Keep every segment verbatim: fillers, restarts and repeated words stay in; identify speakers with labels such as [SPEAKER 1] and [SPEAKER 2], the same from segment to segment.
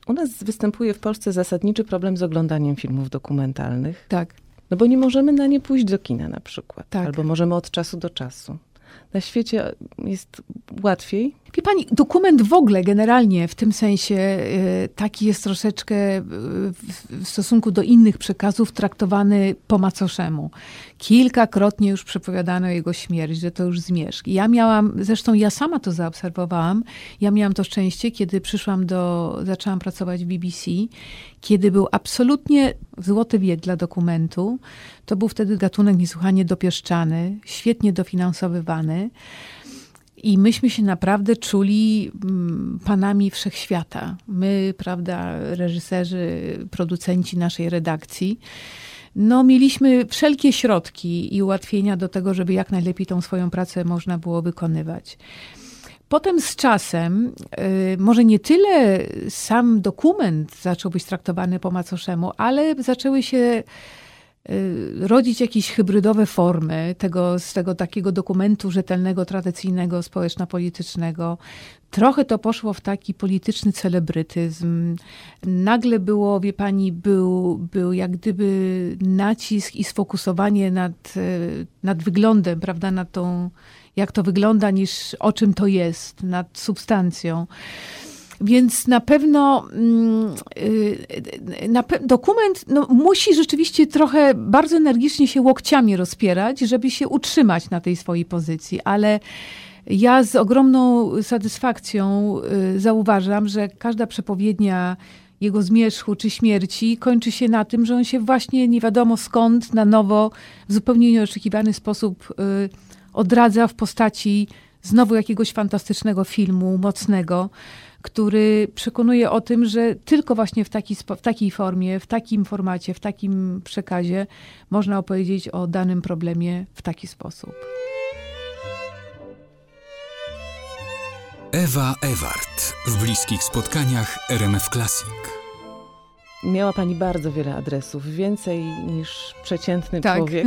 [SPEAKER 1] U nas występuje w Polsce zasadniczy problem z oglądaniem filmów dokumentalnych.
[SPEAKER 2] Tak.
[SPEAKER 1] No bo nie możemy na nie pójść do kina na przykład.
[SPEAKER 2] Tak.
[SPEAKER 1] Albo możemy od czasu do czasu. Na świecie jest łatwiej.
[SPEAKER 2] Wie pani, dokument w ogóle generalnie w tym sensie y, taki jest troszeczkę y, w stosunku do innych przekazów traktowany po macoszemu. Kilkakrotnie już przepowiadano jego śmierć, że to już zmierzch. Ja miałam, zresztą ja sama to zaobserwowałam, ja miałam to szczęście, kiedy przyszłam do, zaczęłam pracować w B B C, kiedy był absolutnie złoty wiek dla dokumentu. To był wtedy gatunek niesłychanie dopieszczany, świetnie dofinansowywany. I myśmy się naprawdę czuli panami wszechświata. My, prawda, reżyserzy, producenci naszej redakcji, no mieliśmy wszelkie środki i ułatwienia do tego, żeby jak najlepiej tą swoją pracę można było wykonywać. Potem z czasem, może nie tyle sam dokument zaczął być traktowany po macoszemu, ale zaczęły się rodzić jakieś hybrydowe formy tego, z tego takiego dokumentu rzetelnego, tradycyjnego, społeczno-politycznego. Trochę to poszło w taki polityczny celebrytyzm. Nagle było, wie pani, był, był jak gdyby nacisk i sfokusowanie nad, nad wyglądem, prawda, nad tą, jak to wygląda, niż o czym to jest, nad substancją. Więc na pewno na pe- dokument no, musi rzeczywiście trochę bardzo energicznie się łokciami rozpierać, żeby się utrzymać na tej swojej pozycji, ale ja z ogromną satysfakcją zauważam, że każda przepowiednia jego zmierzchu czy śmierci kończy się na tym, że on się właśnie nie wiadomo skąd na nowo w zupełnie nieoczekiwany sposób odradza w postaci znowu jakiegoś fantastycznego filmu, mocnego, który przekonuje o tym, że tylko właśnie w, taki, w takiej formie, w takim formacie, w takim przekazie można opowiedzieć o danym problemie w taki sposób.
[SPEAKER 3] Ewa Ewart w bliskich spotkaniach R M F Classic.
[SPEAKER 1] Miała pani bardzo wiele adresów, więcej niż przeciętny
[SPEAKER 2] tak.
[SPEAKER 1] człowiek.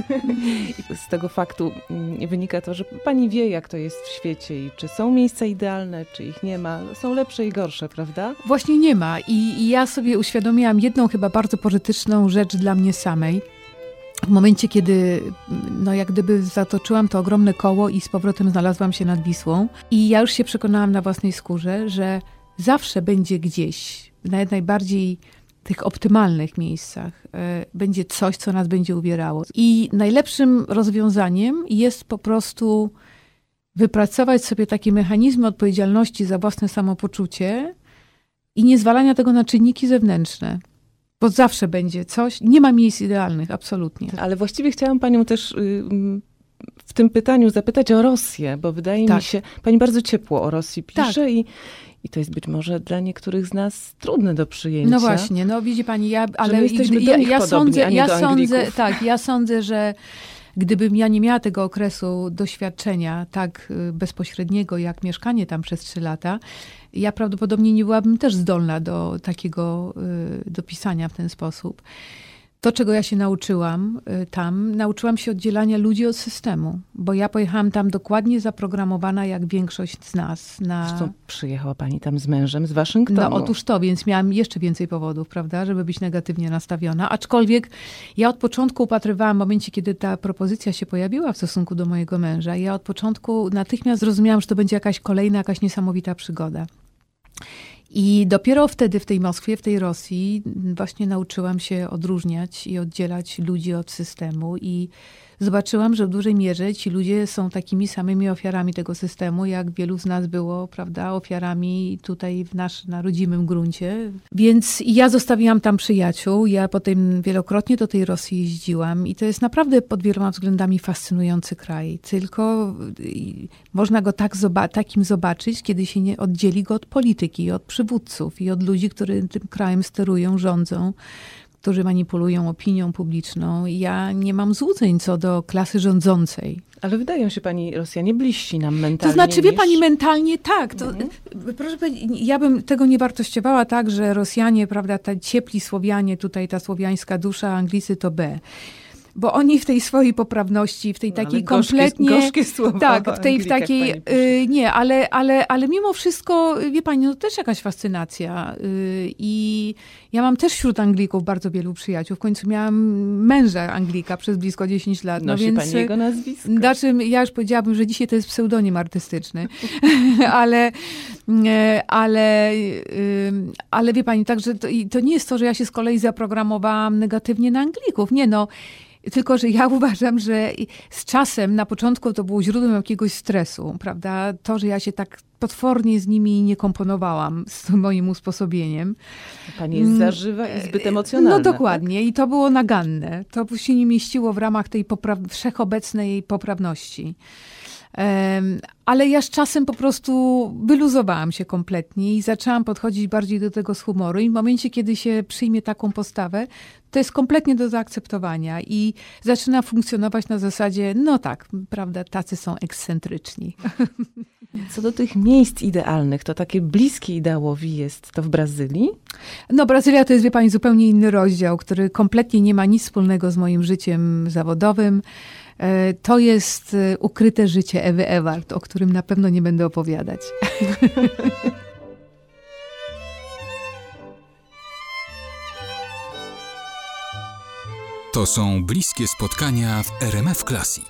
[SPEAKER 1] Z tego faktu wynika to, że pani wie, jak to jest w świecie i czy są miejsca idealne, czy ich nie ma. Są lepsze i gorsze, prawda?
[SPEAKER 2] Właśnie nie ma. I, i ja sobie uświadomiłam jedną chyba bardzo pożyteczną rzecz dla mnie samej. W momencie, kiedy no jak gdyby zatoczyłam to ogromne koło i z powrotem znalazłam się nad Wisłą. I ja już się przekonałam na własnej skórze, że zawsze będzie gdzieś, na najbardziej tych optymalnych miejscach, y, będzie coś, co nas będzie uwierało. I najlepszym rozwiązaniem jest po prostu wypracować sobie takie mechanizmy odpowiedzialności za własne samopoczucie i nie zwalania tego na czynniki zewnętrzne. Bo zawsze będzie coś, nie ma miejsc idealnych, absolutnie.
[SPEAKER 1] Ale właściwie chciałam panią też y, w tym pytaniu zapytać o Rosję, bo wydaje
[SPEAKER 2] tak.
[SPEAKER 1] mi się, pani bardzo ciepło o Rosji pisze
[SPEAKER 2] tak.
[SPEAKER 1] i I to jest być może dla niektórych z nas trudne do przyjęcia.
[SPEAKER 2] No właśnie, no widzi pani, ja, ale
[SPEAKER 1] my jesteśmy do
[SPEAKER 2] ja,
[SPEAKER 1] nich
[SPEAKER 2] ja
[SPEAKER 1] podobni,
[SPEAKER 2] sądzę,
[SPEAKER 1] a nie
[SPEAKER 2] ja
[SPEAKER 1] do
[SPEAKER 2] sądzę,
[SPEAKER 1] Anglików.
[SPEAKER 2] tak, ja sądzę, że gdybym ja nie miała tego okresu doświadczenia tak bezpośredniego, jak mieszkanie tam przez trzy lata, ja prawdopodobnie nie byłabym też zdolna do takiego, do pisania w ten sposób. To, czego ja się nauczyłam tam, nauczyłam się oddzielania ludzi od systemu, bo ja pojechałam tam dokładnie zaprogramowana, jak większość z nas. Na...
[SPEAKER 1] Zresztą przyjechała pani tam z mężem z Waszyngtonu.
[SPEAKER 2] No otóż to, więc miałam jeszcze więcej powodów, prawda, żeby być negatywnie nastawiona. Aczkolwiek ja od początku upatrywałam, w momencie, kiedy ta propozycja się pojawiła w stosunku do mojego męża, ja od początku natychmiast zrozumiałam, że to będzie jakaś kolejna, jakaś niesamowita przygoda. I dopiero wtedy w tej Moskwie, w tej Rosji właśnie nauczyłam się odróżniać i oddzielać ludzi od systemu i zobaczyłam, że w dużej mierze ci ludzie są takimi samymi ofiarami tego systemu, jak wielu z nas było, prawda, ofiarami tutaj w nasz, na rodzimym gruncie. Więc ja zostawiłam tam przyjaciół, ja potem wielokrotnie do tej Rosji jeździłam i to jest naprawdę pod wieloma względami fascynujący kraj. Tylko można go tak zoba- takim zobaczyć, kiedy się nie oddzieli go od polityki, od przywódców i od ludzi, którzy tym krajem sterują, rządzą, którzy manipulują opinią publiczną. Ja nie mam złudzeń co do klasy rządzącej.
[SPEAKER 1] Ale wydają się pani Rosjanie bliżsi nam mentalnie.
[SPEAKER 2] To znaczy, wie
[SPEAKER 1] niż...
[SPEAKER 2] pani, mentalnie tak. To,
[SPEAKER 1] mhm.
[SPEAKER 2] Proszę powiedzieć, ja bym tego nie wartościowała tak, że Rosjanie, prawda, ta ciepli Słowianie, tutaj ta słowiańska dusza, Anglicy to B. bo oni w tej swojej poprawności, w tej
[SPEAKER 1] No,
[SPEAKER 2] takiej
[SPEAKER 1] gorzkie,
[SPEAKER 2] kompletnie...
[SPEAKER 1] Gorzkie słowa.
[SPEAKER 2] Tak, w tej w takiej... Y, nie, ale, ale, ale mimo wszystko, wie pani, no to też jakaś fascynacja. Y, I ja mam też wśród Anglików bardzo wielu przyjaciół. W końcu miałam męża Anglika przez blisko dziesięć lat. No
[SPEAKER 1] Nosi
[SPEAKER 2] więc,
[SPEAKER 1] pani jego nazwisko.
[SPEAKER 2] Znaczy, ja już powiedziałabym, że dzisiaj to jest pseudonim artystyczny. ale, ale, ale wie pani, także to, to nie jest to, że ja się z kolei zaprogramowałam negatywnie na Anglików. Nie no. Tylko, że ja uważam, że z czasem, na początku to było źródłem jakiegoś stresu, prawda? To, że ja się tak potwornie z nimi nie komponowałam, z moim usposobieniem.
[SPEAKER 1] Pani jest zażywa i zbyt emocjonalna.
[SPEAKER 2] No dokładnie. Tak? I to było naganne. To się nie mieściło w ramach tej popra- wszechobecnej poprawności. Um, ale ja z czasem po prostu wyluzowałam się kompletnie i zaczęłam podchodzić bardziej do tego z humoru. I w momencie, kiedy się przyjmie taką postawę, to jest kompletnie do zaakceptowania i zaczyna funkcjonować na zasadzie, no tak, prawda, tacy są ekscentryczni.
[SPEAKER 1] Co do tych miejsc idealnych, to takie bliskie ideałowi jest to w Brazylii?
[SPEAKER 2] No Brazylia to jest, wie pani, zupełnie inny rozdział, który kompletnie nie ma nic wspólnego z moim życiem zawodowym. To jest ukryte życie Ewy Ewald, o którym na pewno nie będę opowiadać.
[SPEAKER 3] To są bliskie spotkania w R M F Classic.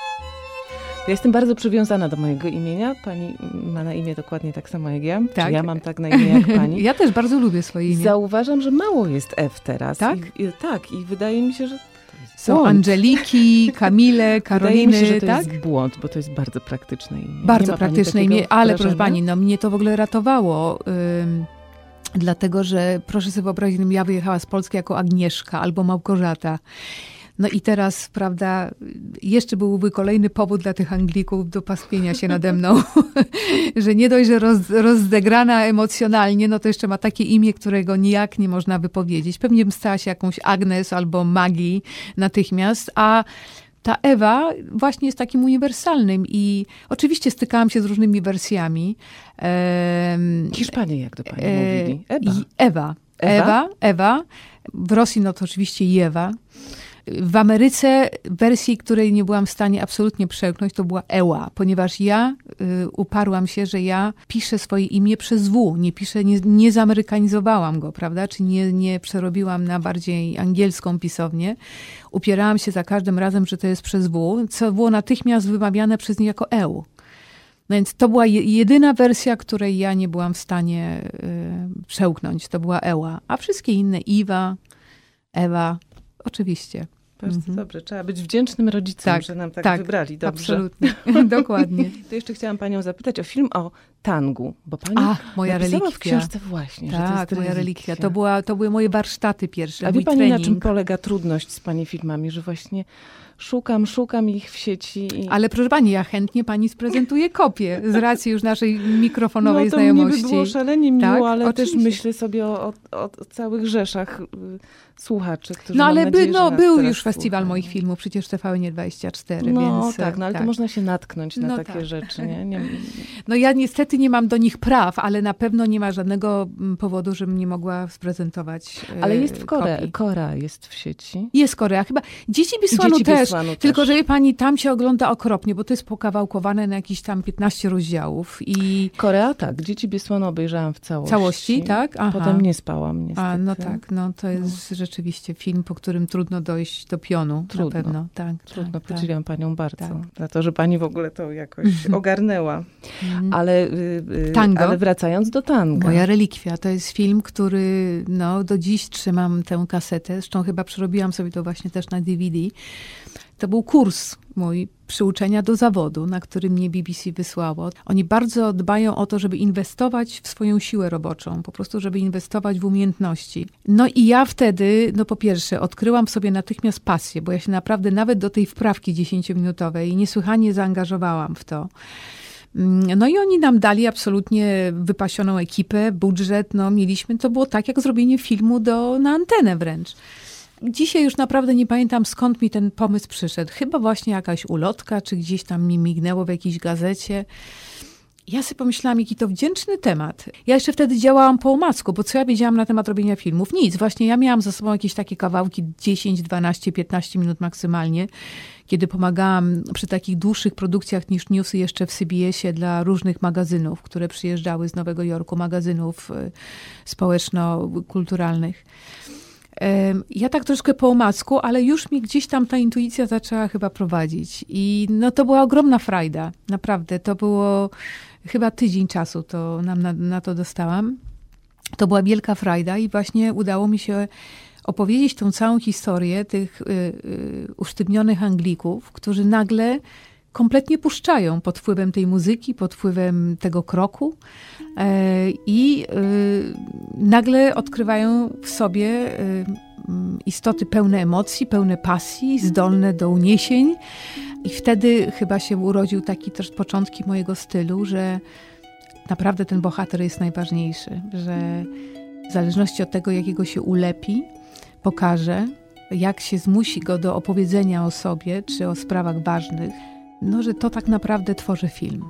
[SPEAKER 1] Ja jestem bardzo przywiązana do mojego imienia. Pani ma na imię dokładnie tak samo jak ja.
[SPEAKER 2] Tak.
[SPEAKER 1] Czy ja mam tak na imię jak pani.
[SPEAKER 2] Ja też bardzo lubię swoje imię.
[SPEAKER 1] Zauważam, że mało jest F teraz.
[SPEAKER 2] Tak?
[SPEAKER 1] I, i, tak, i wydaje mi się, że to jest
[SPEAKER 2] Są
[SPEAKER 1] błąd.
[SPEAKER 2] Angeliki, Kamile, Karoliny,
[SPEAKER 1] Wydaje mi się, że to
[SPEAKER 2] tak?
[SPEAKER 1] jest błąd, bo to jest bardzo praktyczne imię.
[SPEAKER 2] Bardzo
[SPEAKER 1] Nie ma pani
[SPEAKER 2] praktyczne
[SPEAKER 1] takiego
[SPEAKER 2] imię, ale
[SPEAKER 1] wrażenia?
[SPEAKER 2] proszę pani, no mnie to w ogóle ratowało. Ym, dlatego, że proszę sobie wyobrazić, no, ja wyjechała z Polski jako Agnieszka albo Małgorzata. No i teraz, prawda, jeszcze byłby kolejny powód dla tych Anglików do pastwienia się nade mną, że nie dość, że roz, rozdegrana emocjonalnie, no to jeszcze ma takie imię, którego nijak nie można wypowiedzieć. Pewnie bym stała się jakąś Agnes albo Maggie natychmiast, a ta Ewa właśnie jest takim uniwersalnym i oczywiście stykałam się z różnymi wersjami. Ehm,
[SPEAKER 1] Hiszpanie jak do pani
[SPEAKER 2] e,
[SPEAKER 1] mówili? Ewa.
[SPEAKER 2] i Ewa.
[SPEAKER 1] Ewa?
[SPEAKER 2] Ewa. Ewa. W Rosji no to oczywiście Jewa. W Ameryce wersji, której nie byłam w stanie absolutnie przełknąć, to była Eła, ponieważ ja y, uparłam się, że ja piszę swoje imię przez W, nie piszę, nie, nie zamerykanizowałam go, prawda, czy nie, nie przerobiłam na bardziej angielską pisownię. Upierałam się za każdym razem, że to jest przez W, co było natychmiast wymawiane przez nie jako Eł. No więc to była jedyna wersja, której ja nie byłam w stanie y, przełknąć, to była Eła, a wszystkie inne Iwa, Ewa, oczywiście.
[SPEAKER 1] Bardzo
[SPEAKER 2] Mhm.
[SPEAKER 1] dobrze. Trzeba być wdzięcznym rodzicom,
[SPEAKER 2] Tak,
[SPEAKER 1] że nam tak,
[SPEAKER 2] tak,
[SPEAKER 1] wybrali. Dobrze.
[SPEAKER 2] Absolutnie, dokładnie.
[SPEAKER 1] To jeszcze chciałam panią zapytać o film o tangu, bo pani
[SPEAKER 2] A, moja
[SPEAKER 1] napisała
[SPEAKER 2] relikwia.
[SPEAKER 1] w książce właśnie, że to
[SPEAKER 2] Tak,
[SPEAKER 1] jest
[SPEAKER 2] moja
[SPEAKER 1] relikwia.
[SPEAKER 2] relikwia. To, była, to były moje warsztaty pierwsze,
[SPEAKER 1] A
[SPEAKER 2] mój
[SPEAKER 1] wie pani,
[SPEAKER 2] trening.
[SPEAKER 1] na czym polega trudność z pani filmami, że właśnie szukam, szukam ich w sieci. I...
[SPEAKER 2] Ale proszę pani, ja chętnie pani sprezentuję kopię z racji już naszej mikrofonowej
[SPEAKER 1] no, to
[SPEAKER 2] znajomości.
[SPEAKER 1] mnie by było szalenie miło,
[SPEAKER 2] Tak,
[SPEAKER 1] ale
[SPEAKER 2] oczywiście.
[SPEAKER 1] też myślę sobie o, o, o całych rzeszach y, słuchaczy, którzy
[SPEAKER 2] No
[SPEAKER 1] mam
[SPEAKER 2] ale
[SPEAKER 1] nadzieję,
[SPEAKER 2] by,
[SPEAKER 1] że
[SPEAKER 2] no,
[SPEAKER 1] nas
[SPEAKER 2] był
[SPEAKER 1] teraz
[SPEAKER 2] już festiwal
[SPEAKER 1] słuchają.
[SPEAKER 2] moich filmów, przecież T V N dwadzieścia cztery,
[SPEAKER 1] No
[SPEAKER 2] więc...
[SPEAKER 1] tak, no ale
[SPEAKER 2] tak.
[SPEAKER 1] to można się natknąć na
[SPEAKER 2] No
[SPEAKER 1] takie
[SPEAKER 2] tak.
[SPEAKER 1] rzeczy, nie? nie?
[SPEAKER 2] No ja niestety nie mam do nich praw, ale na pewno nie ma żadnego mm, powodu, żebym nie mogła sprezentować e,
[SPEAKER 1] Ale jest w Kore,
[SPEAKER 2] kopii.
[SPEAKER 1] Kora jest w sieci.
[SPEAKER 2] Jest Korea. Chyba Dzieci Bisłanu
[SPEAKER 1] Dzieci
[SPEAKER 2] też.
[SPEAKER 1] Bisłanu też.
[SPEAKER 2] Tylko, że wie pani, tam się ogląda okropnie, bo to jest pokawałkowane na jakieś tam piętnaście rozdziałów i
[SPEAKER 1] Korea, tak. Dzieci Biesłanu obejrzałam w całości.
[SPEAKER 2] całości, tak? Aha.
[SPEAKER 1] Potem nie spałam niestety.
[SPEAKER 2] A, no tak, no to jest rzeczywiście film, po którym trudno dojść do pionu,
[SPEAKER 1] Trudno.
[SPEAKER 2] na pewno. Tak,
[SPEAKER 1] Trudno,
[SPEAKER 2] tak,
[SPEAKER 1] podziwiam panią bardzo.
[SPEAKER 2] Tak.
[SPEAKER 1] Za to, że pani w ogóle to jakoś ogarnęła.
[SPEAKER 2] Mhm.
[SPEAKER 1] Ale, y, y,
[SPEAKER 2] Tango?
[SPEAKER 1] ale wracając do tanga.
[SPEAKER 2] Moja relikwia to jest film, który no, do dziś trzymam tę kasetę. Zresztą chyba przerobiłam sobie to właśnie też na D V D. To był kurs mój przyuczenia do zawodu, na który mnie B B C wysłało. Oni bardzo dbają o to, żeby inwestować w swoją siłę roboczą, po prostu żeby inwestować w umiejętności. No i ja wtedy, no po pierwsze, odkryłam w sobie natychmiast pasję, bo ja się naprawdę nawet do tej wprawki dziesięciominutowej niesłychanie zaangażowałam w to. No i oni nam dali absolutnie wypasioną ekipę, budżet, no mieliśmy, to było tak jak zrobienie filmu do, na antenę wręcz. Dzisiaj już naprawdę nie pamiętam, skąd mi ten pomysł przyszedł. Chyba właśnie jakaś ulotka, czy gdzieś tam mi mignęło w jakiejś gazecie. Ja sobie pomyślałam, jaki to wdzięczny temat. Ja jeszcze wtedy działałam po omacku, bo co ja wiedziałam na temat robienia filmów? Nic. Właśnie ja miałam za sobą jakieś takie kawałki dziesięć, dwanaście, piętnaście minut maksymalnie, kiedy pomagałam przy takich dłuższych produkcjach niż newsy jeszcze w C B S-ie dla różnych magazynów, które przyjeżdżały z Nowego Jorku, magazynów społeczno-kulturalnych. Ja tak troszkę po omacku, ale już mi gdzieś tam ta intuicja zaczęła chyba prowadzić. I no to była ogromna frajda. Naprawdę. To było chyba tydzień czasu, to nam na, na to dostałam. To była wielka frajda i właśnie udało mi się opowiedzieć tą całą historię tych y, y, usztywnionych Anglików, którzy nagle kompletnie puszczają pod wpływem tej muzyki, pod wpływem tego kroku e, i y, nagle odkrywają w sobie y, istoty pełne emocji, pełne pasji, zdolne do uniesień. I wtedy chyba się urodził taki też początki mojego stylu, że naprawdę ten bohater jest najważniejszy, że w zależności od tego, jakiego się ulepi, pokaże, jak się zmusi go do opowiedzenia o sobie, czy o sprawach ważnych, no, że to tak naprawdę tworzy film.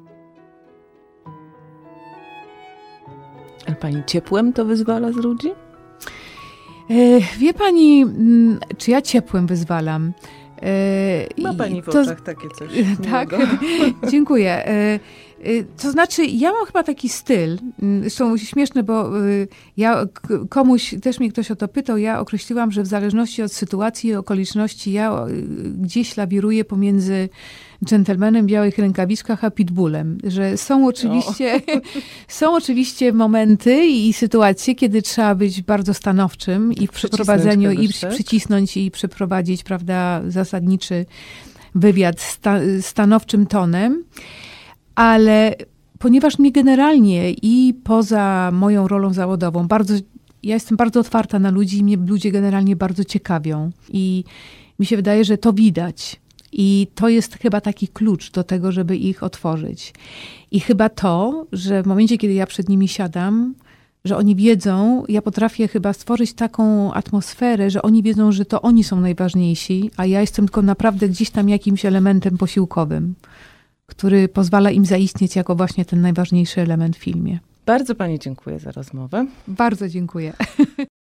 [SPEAKER 1] A pani ciepłem to wyzwala z ludzi?
[SPEAKER 2] E, wie pani, czy ja ciepłem wyzwalam?
[SPEAKER 1] E, Ma pani w
[SPEAKER 2] to,
[SPEAKER 1] oczach takie coś.
[SPEAKER 2] Tak, dziękuję. E, To znaczy, ja mam chyba taki styl, zresztą śmieszne, bo ja komuś, też mnie ktoś o to pytał, ja określiłam, że w zależności od sytuacji i okoliczności ja gdzieś lawiruję pomiędzy dżentelmenem w białych rękawiczkach a pitbullem, że są oczywiście, są oczywiście momenty i sytuacje, kiedy trzeba być bardzo stanowczym i w przeprowadzeniu, i tak? przycisnąć i przeprowadzić, prawda, zasadniczy wywiad sta, stanowczym tonem. Ale ponieważ mnie generalnie i poza moją rolą zawodową, bardzo, ja jestem bardzo otwarta na ludzi i mnie ludzie generalnie bardzo ciekawią. I mi się wydaje, że to widać. I to jest chyba taki klucz do tego, żeby ich otworzyć. I chyba to, że w momencie, kiedy ja przed nimi siadam, że oni wiedzą, ja potrafię chyba stworzyć taką atmosferę, że oni wiedzą, że to oni są najważniejsi, a ja jestem tylko naprawdę gdzieś tam jakimś elementem posiłkowym, który pozwala im zaistnieć jako właśnie ten najważniejszy element w filmie.
[SPEAKER 1] Bardzo pani dziękuję za rozmowę.
[SPEAKER 2] Bardzo dziękuję.